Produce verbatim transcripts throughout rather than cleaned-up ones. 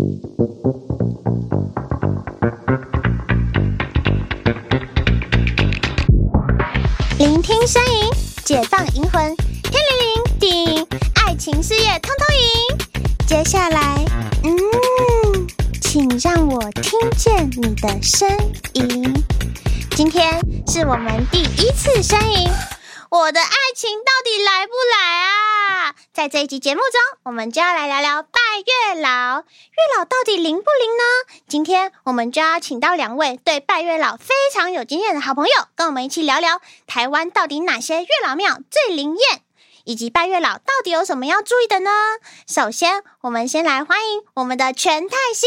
聆听声音，解放灵魂，天灵灵地，爱情事业通通赢。接下来，嗯，请让我听见你的声音。今天是我们第一次声音，我的爱情到底来不来啊？在这一集节目中，我们就要来聊聊拜月老。月老到底灵不灵呢？今天我们就要请到两位对拜月老非常有经验的好朋友，跟我们一起聊聊台湾到底哪些月老庙最灵验，以及拜月老到底有什么要注意的呢？首先，我们先来欢迎我们的全泰熙。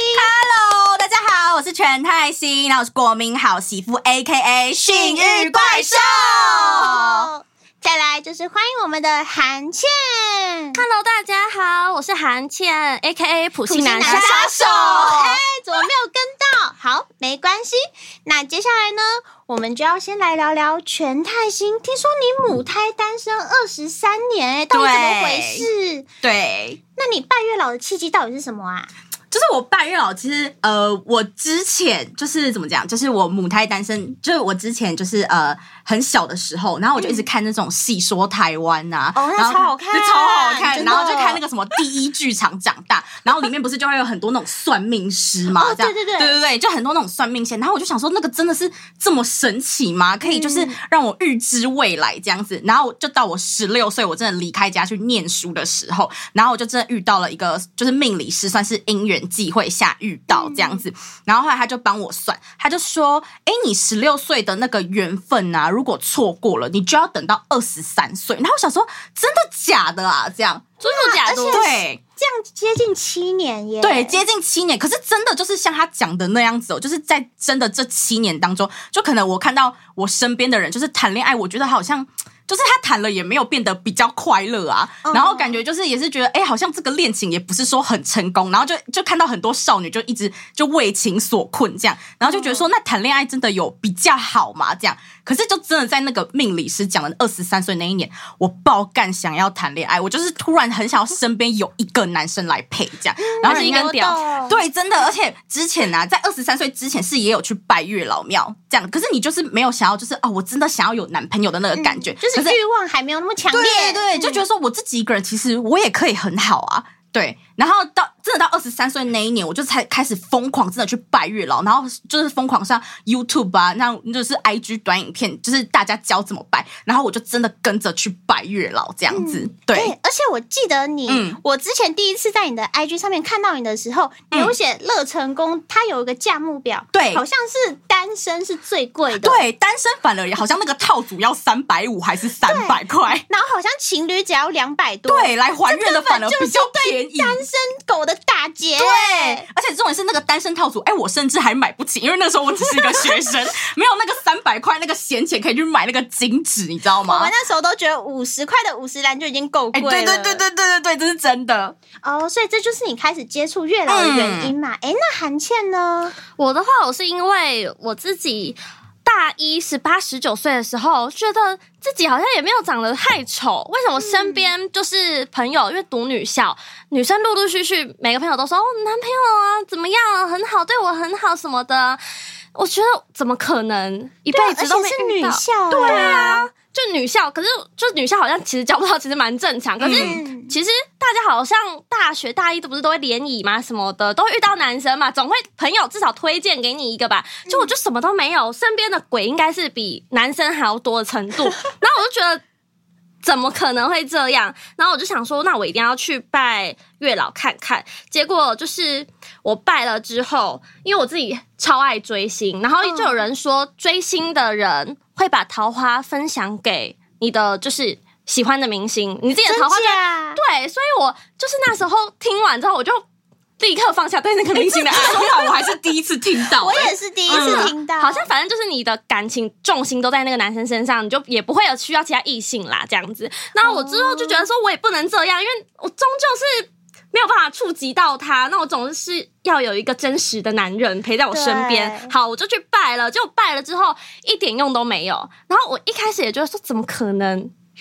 Hello， 大家好，我是全泰熙，然后我是国民好媳妇 A K A 幸运怪兽。 再来就是欢迎我们的韩倩。 Hello， 大家好，我是韩倩 A K A 普信男杀手。 哎，怎么没有跟到？好，没关系。那接下来呢，我们就要先来聊聊全泰熙。听说你母胎单身二十三年，哎，到底怎么回事？ 对， 那你拜月老的契机到底是什么啊？ 就是我拜月老，其实呃，我之前就是怎么讲，就是我母胎单身，就是我之前就是呃很小的时候，然后我就一直看那种戏说台湾啊， 哦，那超好看， 就超好看，然后就看那个什么第一剧场长大，然后里面不是就会有很多那种算命师嘛， 哦， 这样对对对对对对，就很多那种算命线，然后我就想说，那个真的是这么神奇吗？可以就是让我预知未来这样子，然后就到我十六岁，我真的离开家去念书的时候，然后我就真的遇到了一个就是命理师，算是因缘际会下遇到这样子，嗯、然后后来他就帮我算，他就说：“哎，你十六岁的那个缘分啊，如果错过了，你就要等到二十三岁。”然后我想说，真的假的啊？这样真的假的？ 对， 这样接近七年耶。 对，接近七年。可是真的就是像他讲的那样子哦，就是在真的这七年当中，就可能我看到我身边的人，就是谈恋爱，我觉得好像。就是他谈了也没有变得比较快乐啊，嗯、然后感觉就是也是觉得，哎、欸，好像这个恋情也不是说很成功，然后就就看到很多少女就一直就为情所困这样，然后就觉得说，那谈恋爱真的有比较好吗？这样，可是就真的在那个命理师讲的二十三岁那一年，我爆干想要谈恋爱，我就是突然很想要身边有一个男生来陪这样，然后是一根屌，对，真的，而且之前啊，在二十三岁之前是也有去拜月老庙这样，可是你就是没有想要，就是哦，我真的想要有男朋友的那个感觉， 嗯、就是欲望还没有那么强烈， 对对，就觉得说我自己一个人，其实我也可以很好啊。对，然后到真的到二十三岁那一年，我就才开始疯狂真的去拜月老，然后就是疯狂上 YouTube 啊，那就是 I G 短影片，就是大家教怎么拜，然后我就真的跟着去拜月老这样子。嗯、对、 欸，而且我记得你，嗯、我之前第一次在你的 I G 上面看到你的时候，你有写乐成宫，它有一个价目表， 对， 好像是单身是最贵的， 对，单身反而好像那个套组要三百五还是三百块， 然后好像情侣只要两百多， 对，来还愿的反而比较便宜。 单身狗的大姐， 对，而且重点是那个单身套组，哎，我甚至还买不起，因为那时候我只是一个学生，没有那个三百块那个闲钱可以去买那个金纸，你知道吗？ 我们那时候都觉得五十块的五十兰就已经够贵了。 对对对对对对对，这是真的哦，所以这就是你开始接触月老的原因嘛？哎、嗯，那韩倩呢？ 我的话，我是因为我自己。大一十八十九岁的时候，觉得自己好像也没有长得太丑。为什么身边就是朋友，因为读女校，女生陆陆续续每个朋友都说哦，男朋友啊怎么样，很好，对我很好什么的。我觉得怎么可能一辈子都没遇到？ 而且是女校， 对啊，就女校，可是就女校好像其实交不到，其实蛮正常。可是、嗯、其实大家好像大学大一都不是都会联谊嘛什么的，都会遇到男生嘛，总会朋友至少推荐给你一个吧。就我就什么都没有，身边的鬼应该是比男生还要多的程度。然后我就觉得怎么可能会这样？然后我就想说，那我一定要去拜月老看看。结果就是我拜了之后，因为我自己超爱追星，然后就有人说追星的人会把桃花分享给你的就是喜欢的明星，你自己的桃花就对，所以我就是那时候听完之后，我就立刻放下对那个明星的爱。 说法我还是第一次听到、欸， 我也是第一次听到、 嗯。好像反正就是你的感情重心都在那个男生身上，你就也不会有需要其他异性啦，这样子。然后我之后就觉得说，我也不能这样，因为我终究是没有办法触及到他，那我总是要有一个真实的男人陪在我身边。好，我就去拜了，结果拜了之后一点用都没有。然后我一开始也觉得说，怎么可能？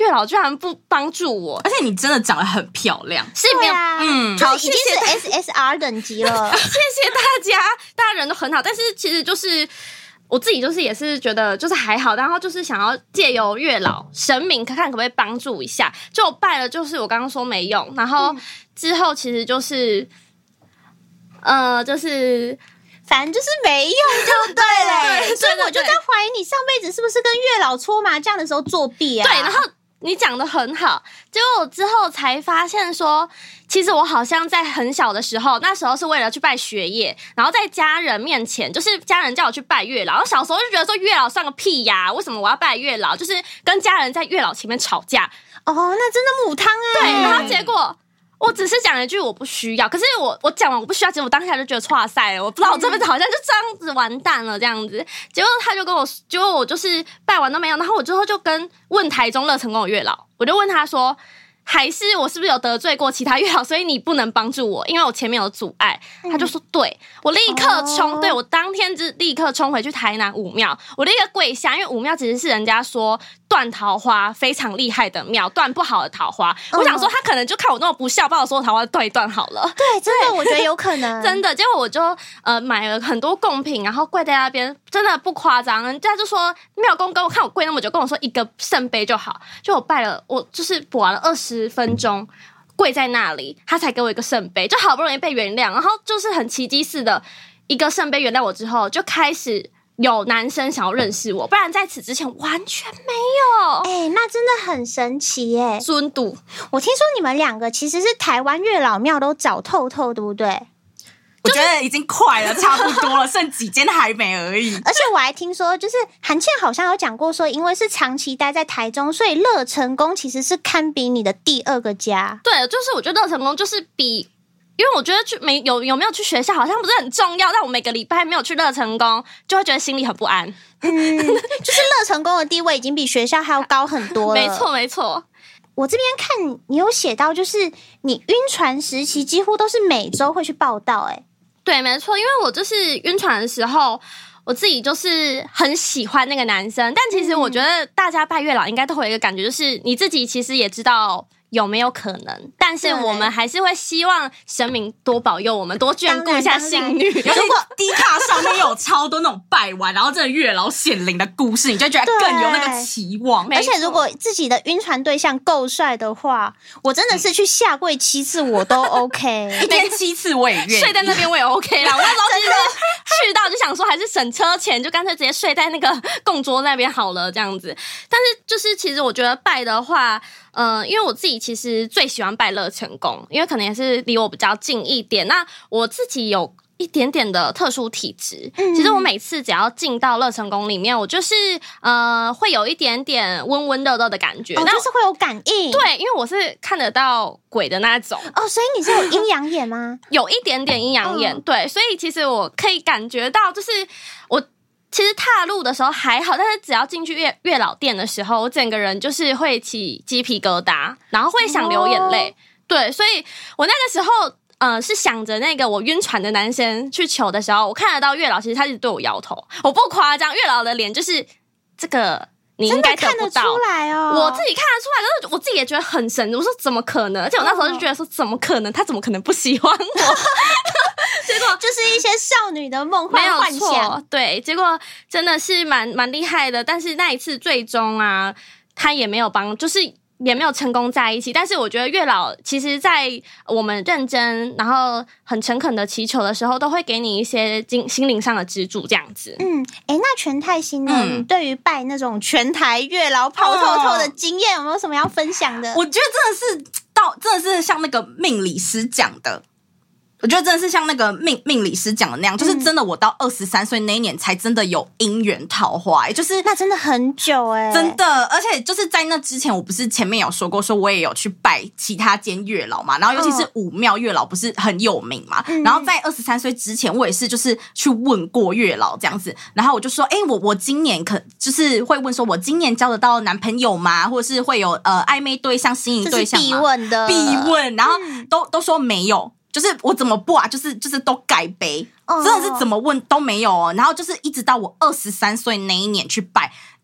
月老居然不帮助我， 而且你真的长得很漂亮， 是没有， 啊、 嗯， 好，已经是 S S R 等级了。 谢谢大家，大家人都很好，但是其实就是我自己就是也是觉得就是还好，然后就是想要借由月老神明看看可不可以帮助一下，就我拜了，就是我刚刚说没用，然后之后其实就是。呃，就是反正就是没用就对了。 对， 所以我就在怀疑你上辈子是不是跟月老搓麻将的时候作弊啊？ 对，然后你讲的很好，结果我之后才发现说，其实我好像在很小的时候，那时候是为了去拜学业，然后在家人面前，就是家人叫我去拜月老，然后小时候就觉得说月老算个屁呀，为什么我要拜月老？就是跟家人在月老前面吵架。 哦，那真的母汤哎、 欸。对，然后结果。我只是讲了一句我不需要，可是我我讲完我不需要，结果我当下就觉得哇塞了，我不知道我这辈子好像就这样子完蛋了这样子。结果他就跟我，结果我就是拜完都没有，然后我之后就跟问台中乐成宫的月老，我就问他说，还是我是不是有得罪过其他月老，所以你不能帮助我，因为我前面有阻碍。他就说对，我立刻冲，对我当天就立刻冲回去台南武庙，我立刻跪下，因为武庙其实是人家说断桃花非常厉害的庙，断不好的桃花。嗯、我想说他可能就看我那么不孝，把我所有桃花断一断好了。 对，真的我觉得有可能， 真的。结果我就呃买了很多贡品，然后跪在那边，真的不夸张。人家就说庙公跟我看我跪那么久，跟我说一个圣杯就好，就我拜了，我就是补完了二十分钟。跪在那里，他才给我一个圣杯，就好不容易被原谅，然后就是很奇迹似的，一个圣杯原谅我之后，就开始有男生想要认识我，不然在此之前完全没有。 哎、欸，那真的很神奇耶！ 尊度， 我听说你们两个其实是台湾月老庙都找透透，对不对？ 我觉得已经快了，差不多了，剩几间还没而已。 而且我还听说，就是韩倩好像有讲过说，因为是长期待在台中，所以乐成宫其实是堪比你的第二个家。 对，就是我觉得乐成宫就是比，因为我觉得去没有有没有去学校好像不是很重要，但我每个礼拜没有去乐成宫，就会觉得心里很不安。 嗯，就是乐成宫的地位已经比学校还要高很多了。 没错，没错。 我这边看你有写到，就是你晕船时期几乎都是每周会去报到、欸，哎。 对，没错，因为我就是晕船的时候，我自己就是很喜欢那个男生，但其实我觉得大家拜月老应该都会有一个感觉，就是你自己其实也知道有没有可能，但是我们还是会希望神明多保佑我们，多眷顾一下性女。 如果D卡上面有超多那种拜完然后真的月老显灵的故事，你就觉得更有那个期望。 而且如果自己的晕船对象够帅的话，我真的是去下跪七次我都 OK， 一天七次我也愿意， 睡在那边我也 OK 啦。我那时候其实去到就想说，还是省车钱，就干脆直接睡在那个供桌那边好了这样子。但是就是其实我觉得拜的话。呃，因为我自己其实最喜欢拜乐成宫，因为可能也是离我比较近一点。那我自己有一点点的特殊体质，嗯、其实我每次只要进到乐成宫里面，我就是呃会有一点点温温热热的感觉， 哦，就是会有感应。 对，因为我是看得到鬼的那种。 哦，所以你是有阴阳眼吗？ 有一点点阴阳眼，嗯、对，所以其实我可以感觉到，就是我。其实踏入的时候还好，但是只要进去月月老店的时候，我整个人就是会起鸡皮疙瘩，然后会想流眼泪。哦、对，所以我那个时候呃是想着那个我晕船的男生去求的时候，我看得到月老，其实他一直对我摇头，我不夸张，月老的脸就是这个你应该得不到， 真的看得出来哦， 我自己看得出来，可是我自己也觉得很神，我说怎么可能？而且我那时候就觉得说怎么可能，他怎么可能不喜欢我？结果就是一些少女的梦幻幻想， 对，结果真的是蛮蛮厉害的。但是那一次最终啊，他也没有帮，就是也没有成功在一起。但是我觉得月老其实在我们认真然后很诚恳的祈求的时候，都会给你一些心心灵上的支柱，这样子。 嗯，哎，那全泰星呢？嗯、你对于拜那种全台月老跑透透的经验，哦、有没有什么要分享的？ 我觉得真的是到真的是像那个命理师讲的。我觉得真的是像那个命命理师讲的那样，就是真的，我到二十三岁那一年才真的有姻缘桃花、欸，就是那真的很久哎、欸， 真的，而且就是在那之前，我不是前面有说过，说我也有去拜其他间月老嘛，然后尤其是武庙月老不是很有名嘛，嗯、然后在二十三岁之前，我也是就是去问过月老这样子，然后我就说，哎、欸，我我今年可就是会问说，我今年交得到男朋友吗？或者是会有呃暧昧对象、心仪对象吗？ 必问的， 必问，然后都、嗯、都说没有。就是我怎么不啊，就是就是都盖杯，真的是怎么问都没有哦。然后就是一直到我二十三岁那一年去拜，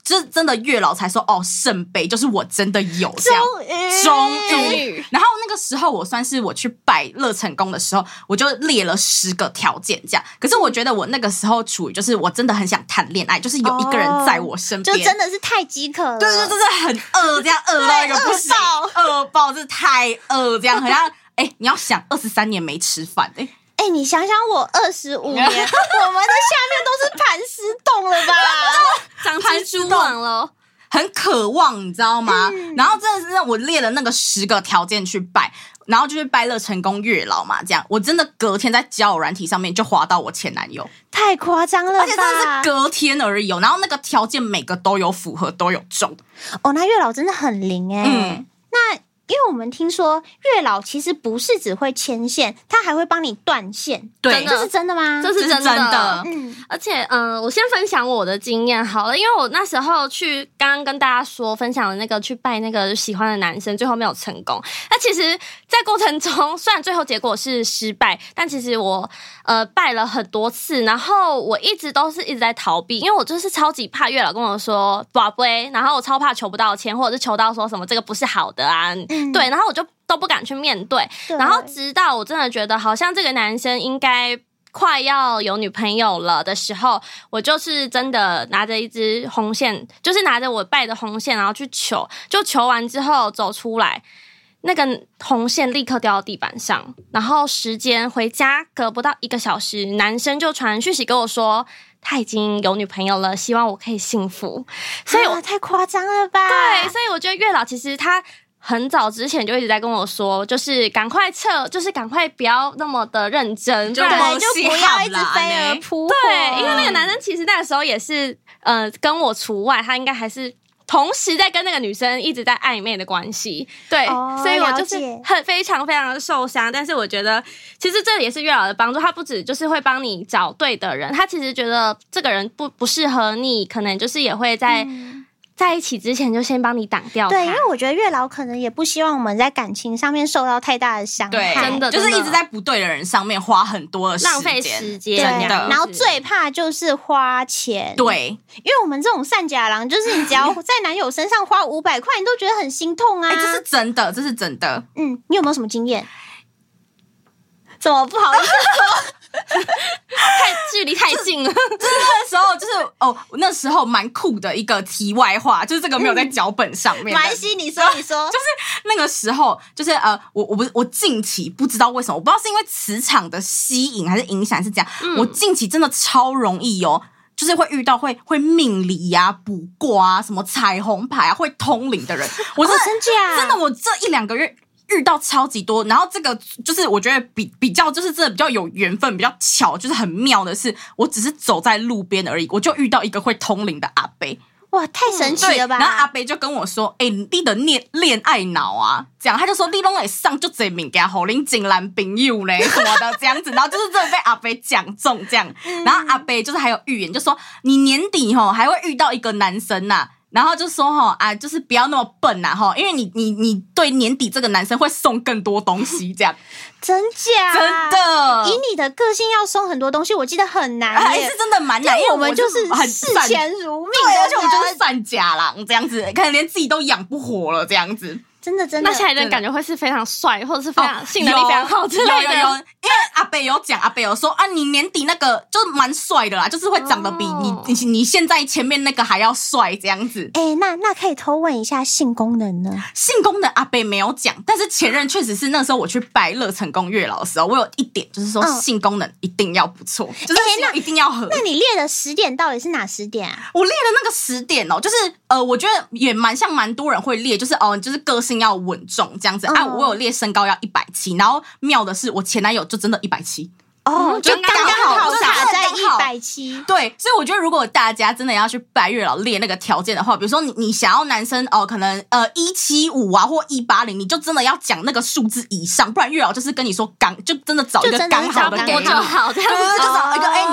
就是真的月老才说哦圣杯，就是我真的有这样，终于终于。然后那个时候我算是我去拜乐成宫的时候，我就列了十个条件这样。可是我觉得我那个时候处于就是我真的很想谈恋爱，就是有一个人在我身边， 就真的是太饥渴了， 对对，就是很饿，这样饿到一个不行，饿爆，这太饿，这样好像哎，你要想二十三年没吃饭哎。 哎、欸，你想想我二十五年，我们的下面都是盘丝洞了吧？ 长蜘蛛网了， 很渴望，你知道吗？嗯、然后真的是我列了那个十个条件去拜，然后就去拜乐成宫月老嘛，这样我真的隔天在交友软体上面就滑到我前男友， 太夸张了吧， 而且真的是隔天而已、哦，然后那个条件每个都有符合，都有中。 哦，那月老真的很灵哎、欸。嗯，那。因为我们听说月老其实不是只会牵线，他还会帮你断线。 对， 这是真的吗？ 这是真的。 真的嗯，而且嗯、呃，我先分享我的经验好了，因为我那时候去刚刚跟大家说分享的那个去拜那个喜欢的男生，最后没有成功。那其实，在过程中虽然最后结果是失败，但其实我呃拜了很多次，然后我一直都是一直在逃避，因为我就是超级怕月老跟我说宝贝，然后我超怕求不到签，或者是求到说什么这个不是好的啊。嗯、对，然后我就都不敢去面对，对，然后直到我真的觉得好像这个男生应该快要有女朋友了的时候，我就是真的拿着一支红线，就是拿着我拜的红线，然后去求，就求完之后走出来，那个红线立刻掉到地板上，然后时间回家隔不到一个小时，男生就传讯息跟我说他已经有女朋友了，希望我可以幸福。所以我、 啊、太夸张了吧？ 对，所以我觉得月老其实他很早之前就一直在跟我说，就是赶快撤，就是赶快不要那么的认真， 就对，就不要一直飞蛾扑火。 对，因为那个男生其实那个时候也是，呃，跟我除外，他应该还是同时在跟那个女生一直在暧昧的关系。对，哦、所以我就是很非常非常的受伤。但是我觉得，其实这也是月老的帮助，他不止就是会帮你找对的人，他其实觉得这个人不不适合你，可能就是也会在。嗯在一起之前就先帮你挡掉他。 对，因为我觉得月老可能也不希望我们在感情上面受到太大的伤害， 对， 真的就是一直在不对的人上面花很多的时间， 浪费时间， 对，然后最怕就是花钱， 对， 因为我们这种善假郎，就是你只要在男友身上花五百块，你都觉得很心痛啊。 哎、欸，这是真的，这是真的。 嗯，你有没有什么经验？怎么不好意思说？ 太距离太近了， 就是那时候，就是哦，那时候蛮酷的一个题外话，就是这个没有在脚本上面。 马来西，你说，你说， 就是那个时候，就是呃，我我不是我近期不知道为什么，我不知道是因为磁场的吸引还是影响是这样，嗯、我近期真的超容易哦。就是会遇到会会命理啊、卜卦啊、什么彩虹牌啊、会通灵的人，我是、 哦、真假真的，我这一两个月遇到超级多。然后这个就是我觉得比比较就是真的比较有缘分、比较巧，就是很妙的是，我只是走在路边而已，我就遇到一个会通灵的阿伯。 哇，太神奇了吧！ 嗯、然后阿伯就跟我说：“哎、欸，你的恋恋爱脑啊，这样他就说你拢会上就这物件，互恁真男朋友嘞什么的这样子。”然后就是真的被阿伯讲中这样。然后阿伯就是还有预言，就说你年底吼还会遇到一个男生呐、啊。然后就说哈啊，就是不要那么笨呐、啊、哈，因为你你你对年底这个男生会送更多东西，这样真假？ 真的， 以你的个性要送很多东西，我记得很难， 还、啊、是真的蛮难，因为我们就是很视钱如命， 对，而且我们就是散假郎这样子，可能连自己都养不活了这样子。 真的真的， 那下一任感觉会是非常帅，或者是非常性能力非常好之类的。 有有有，因为阿北有讲，阿北有说啊，你年底那个就蛮帅的啦，就是会长得比你、哦、你你现在前面那个还要帅这样子。 哎、欸，那那可以偷问一下性功能呢？ 性功能阿北没有讲，但是前任确实是那时候我去拜乐成宫月老的时候，我有一点就是说性功能一定要不错，嗯、就是那一定要合、欸。 那你列的十点到底是哪十点啊？ 我列的那个十点哦，就是呃，我觉得也蛮像蛮多人会列，就是哦、呃，就是个性要稳重。这样子、嗯、啊，我有列身高要一百七，然后妙的是我前男友就真的一百七哦，就刚刚好卡在一百七。 对，所以我觉得如果大家真的要去拜月老列那个条件的话，比如说你你想要男生哦、呃，可能呃一七五啊或一八零，你就真的要讲那个数字以上，不然月老就是跟你说刚就真的找一个刚好的给你， 就好这样子， 对对，就找一个哎、欸，你要你要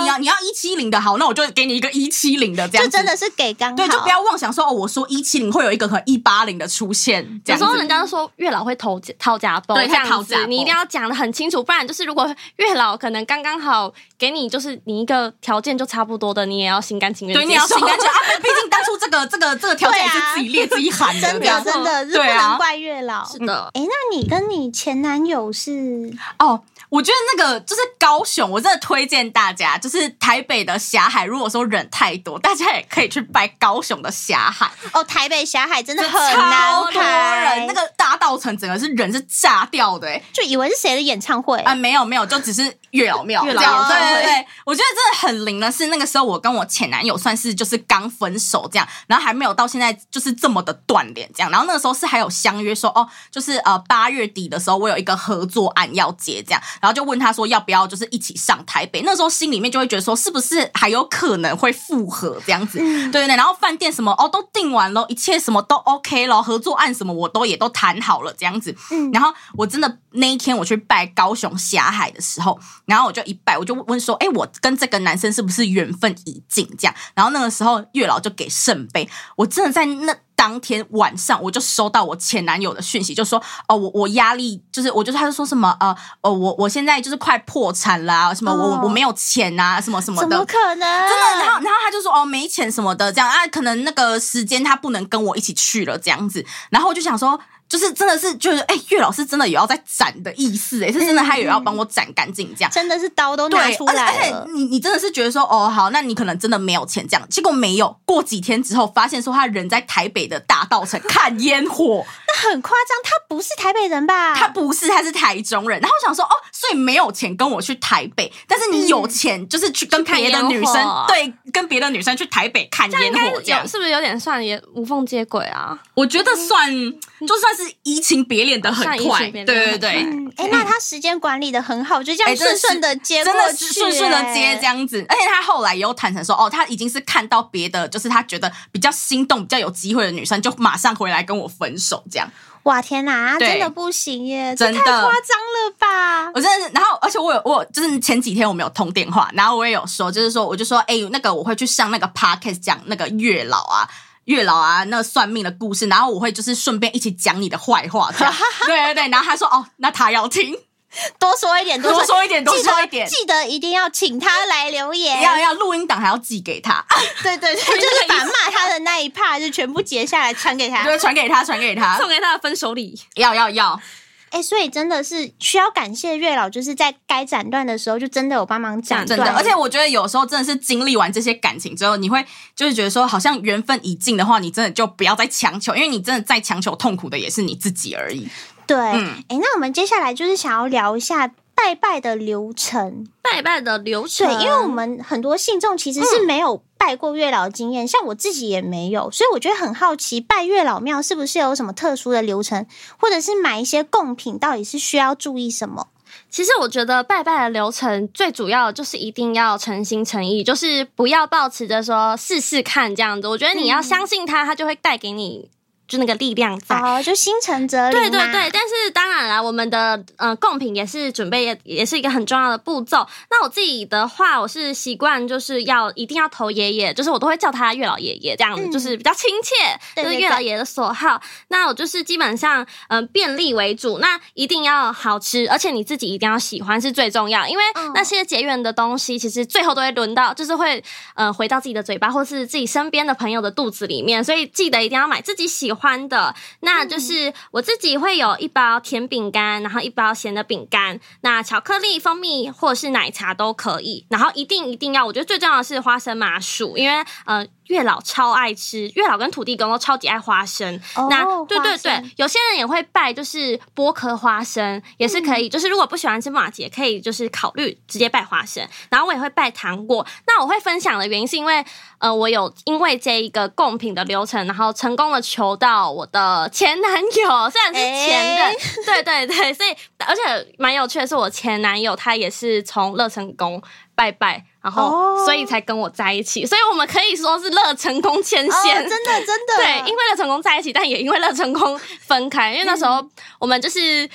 一七零的好，那我就给你一个一七零的这样子， 就真的是给刚好。 对，就不要妄想说哦，我说一七零会有一个可能一八零的出现。 有时候人家说月老会偷掏家包， 对， 这样掏家包子你一定要讲得很清楚，不然就是如果月老可能刚刚好给你就是你一个条件就差不多的，你也要心甘情愿接受。 对，你要心甘情愿啊！毕竟当初这个这个这个条件也是自己列自己喊的， 真的真的是不能怪月老。 是的， 哎，那你跟你前男友是哦？我觉得那个就是高雄，我真的推荐大家，就是台北的霞海，如果说人太多，大家也可以去拜高雄的霞海。 哦，台北霞海真的很难超多人，那个大稻埕整个是人是炸掉的、欸， 就以为是谁的演唱会啊、呃？没有没有，就只是月老庙， 月老演唱会。 对对对，我觉得真的很灵的是，那个时候我跟我前男友算是就是刚分手这样，然后还没有到现在就是这么的断联这样，然后那个时候是还有相约说哦，就是呃八月底的时候我有一个合作案要接这样。然后就问他说要不要就是一起上台北，那时候心里面就会觉得说是不是还有可能会复合这样子，嗯、对对。然后饭店什么哦都订完了，一切什么都 OK 了，合作案什么我都也都谈好了这样子。嗯、然后我真的那一天我去拜高雄霞海的时候，然后我就一拜我就问说，哎，我跟这个男生是不是缘分已尽这样？然后那个时候月老就给圣杯，我真的在那。当天晚上我就收到我前男友的讯息，就说哦，我我压力就是我就他就说什么呃呃我我现在就是快破产啦、啊，什么我、哦、我没有钱啊，什么什么的， 怎么可能？ 真的，然后然后他就说哦没钱什么的这样啊，可能那个时间他不能跟我一起去了这样子，然后我就想说。就是真的是就是哎，月老是真的有要在斩的意思哎，是真的他有要帮我斩干净这样， 真的是刀都拿出来了。 而且而且你你真的是觉得说哦好，那你可能真的没有钱这样，结果没有。过几天之后发现说他人在台北的大稻埕看烟火， 那很夸张。他不是台北人吧？ 他不是，他是台中人。然后我想说哦，所以没有钱跟我去台北，但是你有钱就是去跟别的女生、嗯、对，跟别的女生去台北看烟火这样， 是不是有点算也无缝接轨啊？ 我觉得算、嗯、就算是移情别恋的很快，对对对。哎、 嗯欸，那他时间管理的很好，就这样顺顺的接过去、欸， 真的是顺顺的接这样子。而且他后来也有坦诚说，哦，他已经是看到别的，就是他觉得比较心动、比较有机会的女生，就马上回来跟我分手这样。 哇天哪，真的不行耶， 真的太夸张了吧！ 我真的是，然后而且我有我有就是前几天我们有通电话，然后我也有说，就是说我就说，哎、欸，那个我会去上那个 podcast 讲那个月老啊。月老啊，那算命的故事，然后我会就是顺便一起讲你的坏话，这样对对对。然后他说哦，那他要听， 多说一点，多说, 多说一点，多说一点， 记得一定要请他来留言， 要要录音档还要寄给他。 对对对，就是把骂他的那一 part 就全部截下来传给他， 对，传给他，传给他， 送给他的分手礼， 要要要。 哎、欸，所以真的是需要感谢月老，就是在该斩断的时候，就真的有帮忙斩断。 真的，而且我觉得有时候真的是经历完这些感情之后，你会就是觉得说，好像缘分已尽的话，你真的就不要再强求，因为你真的再强求，痛苦的也是你自己而已。 对，哎、嗯欸，那我们接下来就是想要聊一下拜拜的流程。 拜拜的流程， 对，因为我们很多信众其实是没有拜过月老的经验、嗯、像我自己也没有，所以我觉得很好奇拜月老庙是不是有什么特殊的流程，或者是买一些贡品到底是需要注意什么。 其实我觉得拜拜的流程最主要的就是一定要诚心诚意，就是不要抱持着说试试看这样子，我觉得你要相信他，他就会带给你就那个力量在， 哦，就心诚则灵。 对对对，但是当然啦，我们的呃贡品也是准备，也是一个很重要的步骤。那我自己的话，我是习惯就是要一定要投爷爷，就是我都会叫他月老爷爷这样子、嗯，就是比较亲切， 对对对， 就是月老爷爷的所好。那我就是基本上嗯、呃、便利为主，那一定要好吃，而且你自己一定要喜欢是最重要，因为那些结缘的东西，其实最后都会轮到，就是会呃回到自己的嘴巴，或是自己身边的朋友的肚子里面，所以记得一定要买自己喜欢欢的。那就是我自己会有一包甜饼干，然后一包咸的饼干，那巧克力、蜂蜜或者是奶茶都可以，然后一定一定要，我觉得最重要的是花生麻薯，因为呃月老超爱吃，月老跟土地公都超级爱花生。 哦、 那对对对，有些人也会拜就是剥壳花生，也是可以、嗯、就是如果不喜欢吃麻糬，可以就是考虑直接拜花生。然后我也会拜糖果。那我会分享的原因是因为呃我有因为这一个贡品的流程，然后成功的求到我的前男友，虽然是前任、欸、对对对，所以而且蛮有趣的是我前男友他也是从乐成宫拜拜，然后所以才跟我在一起，所以我们可以说是乐成宫牵线、 哦、真的真的对，因为乐成宫在一起，但也因为乐成宫分开，因为那时候我们就是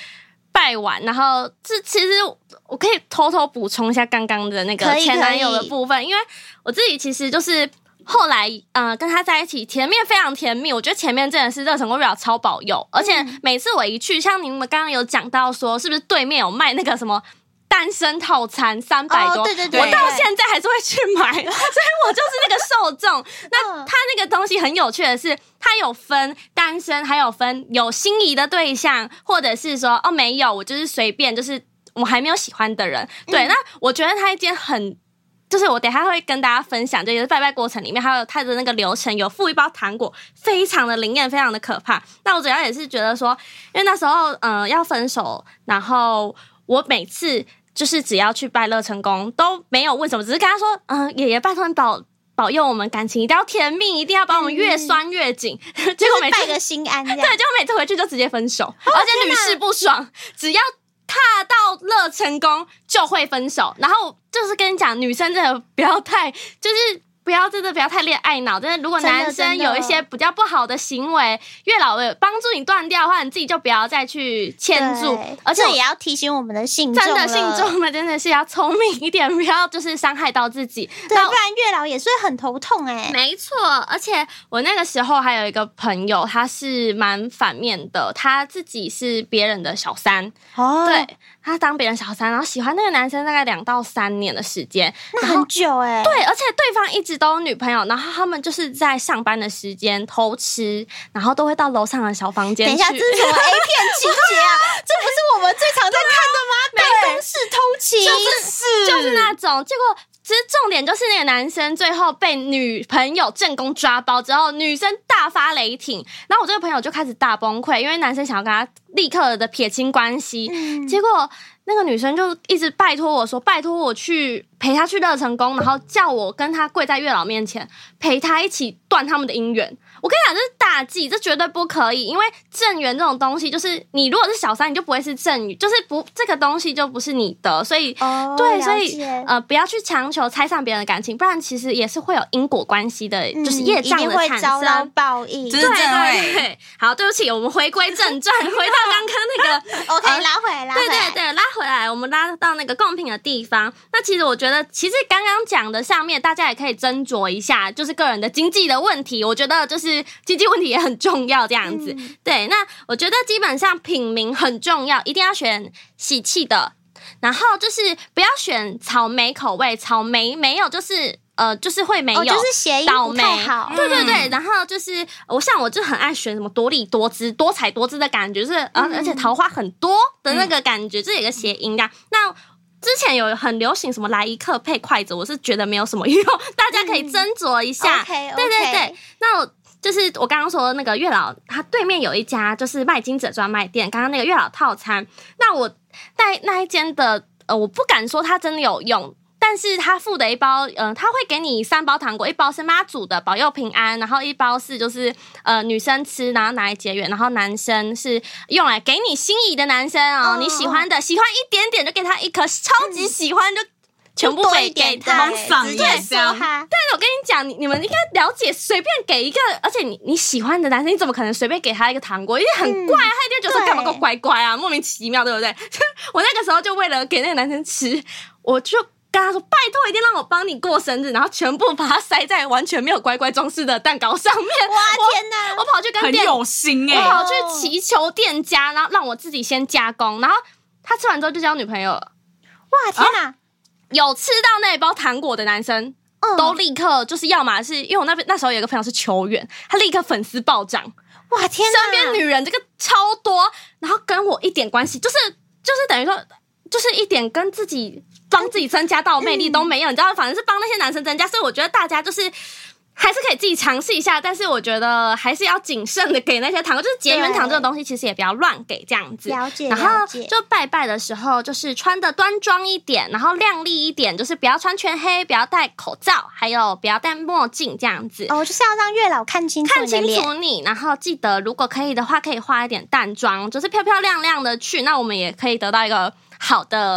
拜完，然后这其实我可以偷偷补充一下刚刚的那个前男友的部分，因为我自己其实就是后来呃跟他在一起，前面非常甜蜜，我觉得前面真的是热成功月老超保佑，而且每次我一去，像你们刚刚有讲到说，是不是对面有卖那个什么单身套餐三百多， 哦，对对对， 我到现在还是会去买，所以我就是那个受众。那他那个东西很有趣的是，他有分单身，还有分有心仪的对象，或者是说哦没有，我就是随便，就是我还没有喜欢的人。对，嗯、那我觉得他一件很。就是我等一下会跟大家分享，就是拜拜过程里面还有他的那个流程，有附一包糖果，非常的灵验，非常的可怕。那我主要也是觉得说，因为那时候呃要分手，然后我每次就是只要去拜乐成功都没有问什么，只是跟他说，嗯、呃，爷爷拜托你保保佑我们感情一定要甜蜜，一定要把我们越拴越紧。嗯、结果每次拜个心安，对， 结果每次回去就直接分手，哦、而且屡试不爽，只要踏到乐成功就会分手，然后就是跟你讲，女生真的不要太，就是不要真的不要太恋爱脑，真的，如果男生有一些比较不好的行为，月老为帮助你断掉的话，你自己就不要再去牵住，而且也要提醒我们的信众， 真的信众们真的是要聪明一点，不要就是伤害到自己， 对，不然月老也是会很头痛哎、欸。 没错，而且我那个时候还有一个朋友，他是蛮反面的，他自己是别人的小三，哦，对。他当别人小三，然后喜欢那个男生大概两到三年的时间， 那很久哎、欸。 对，而且对方一直都有女朋友，然后他们就是在上班的时间偷吃，然后都会到楼上的小房间去。 等一下，这是什么 A 片情节啊？这不是我们最常在看的吗？办公室偷情， 就是就是那种。结果其实重点就是那个男生最后被女朋友正宫抓包之后，女生大发雷霆，然后我这个朋友就开始大崩溃，因为男生想要跟他立刻的撇清关系，嗯、结果那个女生就一直拜托我说，拜托我去陪他去乐成宫，然后叫我跟他跪在月老面前，陪他一起断他们的姻缘。我跟你讲，这是大忌，这绝对不可以，因为正缘这种东西，就是你如果是小三，你就不会是正缘，就是不这个东西就不是你的，所以、哦、对，所以呃不要去强求拆散别人的感情，不然其实也是会有因果关系的，嗯、就是业障的产生， 一定会遭到报应。 对对对，好，对不起，我们回归正传，回到刚刚那个 ，OK，、呃、拉回来，拉回来， 对对对，拉回来，我们拉到那个贡品的地方。那其实我觉得，其实刚刚讲的上面，大家也可以斟酌一下，就是个人的经济的问题，我觉得就是经济问题也很重要，这样子。嗯、对，那我觉得基本上品名很重要，一定要选喜气的，然后就是不要选草莓口味，草莓没有就是呃就是会没有，哦、 就是谐音不太好。 对对对，嗯、然后就是我像我就很爱选什么多丽多姿、多彩多姿的感觉，就是、嗯、而且桃花很多的那个感觉，这、嗯、有一个谐音的。那之前有很流行什么来一克配筷子，我是觉得没有什么用，大家可以斟酌一下。 嗯、okay, okay. 对对对，那我就是我刚刚说的那个月老，他对面有一家就是卖金子专卖店，刚刚那个月老套餐，那我在那一间的呃，我不敢说它真的有用。但是他附的一包，呃，他会给你三包糖果，一包是妈祖的保佑平安，然后一包是就是呃女生吃，然后拿来结缘，然后男生是用来给你心仪的男生哦， oh. 你喜欢的，喜欢一点点就给他一颗，超级喜欢就全部会给他， 直接说他。 但是我跟你讲，你你们应该了解，随便给一个，而且你你喜欢的男生，你怎么可能随便给他一个糖果？一定很怪，嗯、他一定觉得干嘛够乖乖啊，莫名其妙，对不对？我那个时候就为了给那个男生吃，我就跟他说拜托一定让我帮你过生日，然后全部把它塞在完全没有乖乖装饰的蛋糕上面。 哇天哪！ 我跑去跟店很有心哎、欸， 我跑去祈求店家，然后让我自己先加工，然后他吃完之后就交女朋友了。 哇天哪！啊、 有吃到那一包糖果的男生，嗯、都立刻就是要么是因为我那边那时候有一个朋友是球员，他立刻粉丝暴涨。 哇天哪！ 身边女人这个超多，然后跟我一点关系，就是就是等于说。就是一点跟自己帮自己增加到魅力都没有，嗯、你知道，反正是帮那些男生增加，所以我觉得大家就是还是可以自己尝试一下，但是我觉得还是要谨慎的给那些糖果，就是结缘糖这个东西，其实也不要乱给这样子。 了解， 然后就拜拜的时候，就是穿的端庄一点，然后亮丽一点，就是不要穿全黑，不要戴口罩，还有不要戴墨镜这样子。 哦，就是要让月老看清楚看清楚你，然后记得如果可以的话，可以化一点淡妆，就是漂漂亮亮的去，那我们也可以得到一个好的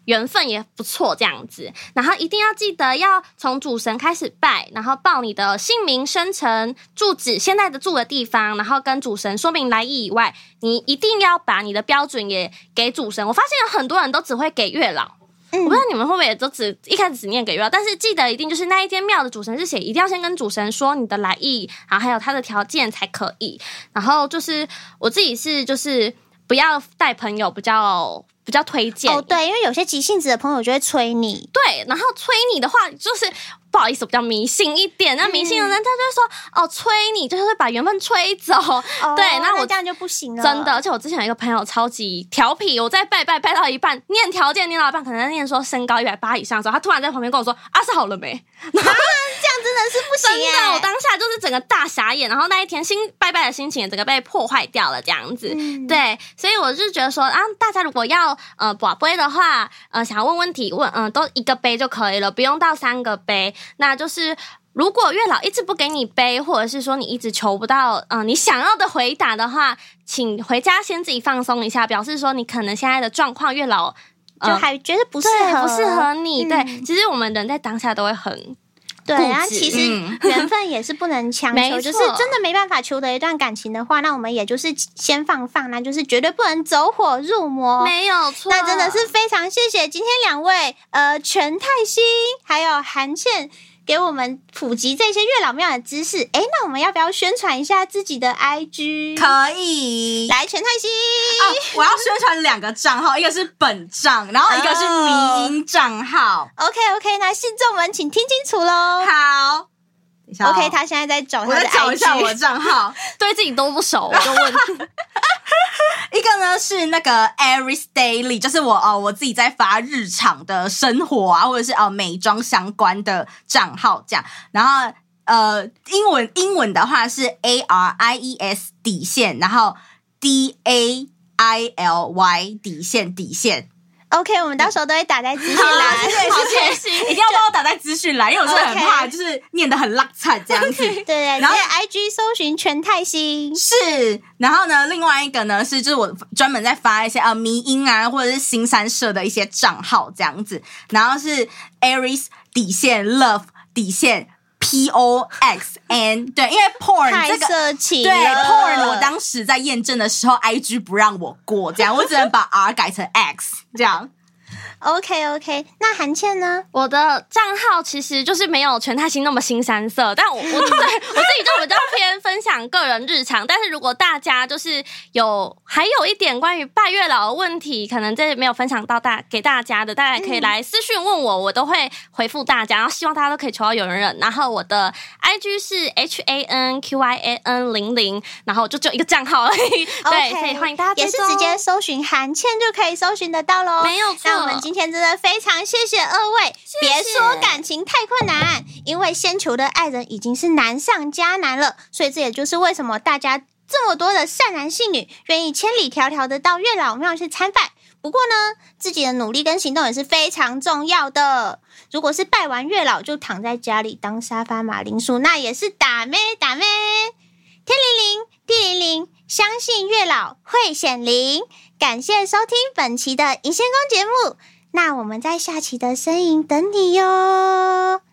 缘分也不错这样子。然后一定要记得要从主神开始拜，然后报你的姓名、生辰、住址、现在的住的地方，然后跟主神说明来意以外，你一定要把你的标准也给主神。我发现有很多人都只会给月老，我不知道你们会不会也都只一开始只念给月老，但是记得一定就是那一间庙的主神是谁，一定要先跟主神说你的来意，然后还有他的条件才可以。然后就是我自己是就是不要带朋友，比较比较推荐。 哦，对，因为有些急性子的朋友就会催你。 对，然后催你的话就是不好意思，我比较迷信一点。那迷信的人他就会说，哦，催你就是会把缘分吹走。 哦、 对，那我这样就不行了。 真的，而且我之前有一个朋友超级调皮，我在拜拜拜到一半，念条件念到一半，可能在念说身高一百八以上的时候，他突然在旁边跟我说：“啊，是好了没？” 啊，这样真的是不行耶！ 真的，我当下就是整个大傻眼，然后那一天心拜拜的心情也整个被破坏掉了，这样子。嗯、对，所以我就觉得说啊，大家如果要呃拔杯的话，呃，想要问问题问，嗯、呃，都一个杯就可以了，不用到三个杯。那就是如果月老一直不给你杯，或者是说你一直求不到嗯、呃、你想要的回答的话，请回家先自己放松一下，表示说你可能现在的状况月老、 呃、就还觉得不适合， 不适合你。 嗯、 对，其实我们人在当下都会很。 对，然后其实缘分也是不能强求，就是真的没办法求得一段感情的话，那我们也就是先放放，那就是绝对不能走火入魔， 没有错。 那真的是非常谢谢今天两位呃全泰星还有韩倩给我们普及这些月老庙的知识。诶，那我们要不要宣传一下自己的 I G？ 可以， 来全泰星、 哦、我要宣传两个账号，一个是本账，然后一个是迷因账号。 oh. OK OK， 那信众们请听清楚咯。 好，等一下、哦、 OK， 他现在在找他的 I G， 我再找一下我的账号， 对自己都不熟，我就问。 一个呢是那个 Aries Daily， 就是我哦我自己在发日常的生活啊，或者是哦美妆相关的账号这样。然后呃英文英文的话是 A R I E S 底线，然后 D A I L Y 底线底线。 OK， 我们到时候都会打在资讯栏， 谢谢，谢谢，一定要帮我打在资讯栏，因为我真的很怕，就是念得很烂惨这样子。 对对，然后 I G 搜寻全泰星是，然后呢，另外一个呢是就是我专门在发一些啊迷因啊或者是新三社的一些账号这样子，然后是 Aries 底线 Love 底线。P O X N 对，因为 porn 这个太色情了， 对 porn 我当时在验证的时候 I G 不让我过，这样我只能把 R 改成 X 这样。 OK OK， 那韩倩呢？ 我的账号其实就是没有全泰星那么新三色，但我我对我自己就比较偏分享个人日常。但是如果大家就是有还有一点关于拜月老的问题，可能这没有分享到大给大家的，大家可以来私讯问我，我都会回复大家。然后希望大家都可以求到有人忍。然后我的 I G 是 H A N Q I A N 零零，然后就只有一个账号而已。对， okay, 所以欢迎大家追踪， 也是直接搜寻韩倩就可以搜寻得到咯。 没有错。 那我们今天真的非常谢谢二位， 谢谢。 别说感情太困难，因为先求的爱人已经是难上加难了，所以这也就是为什么大家这么多的善男信女愿意千里迢迢的到月老庙去参拜。不过呢，自己的努力跟行动也是非常重要的。如果是拜完月老就躺在家里当沙发马铃薯，那也是打咩打咩。天灵灵，地灵灵，相信月老会显灵。感谢收听本期的寅仙宫节目，那我们在下期的身影等你哟。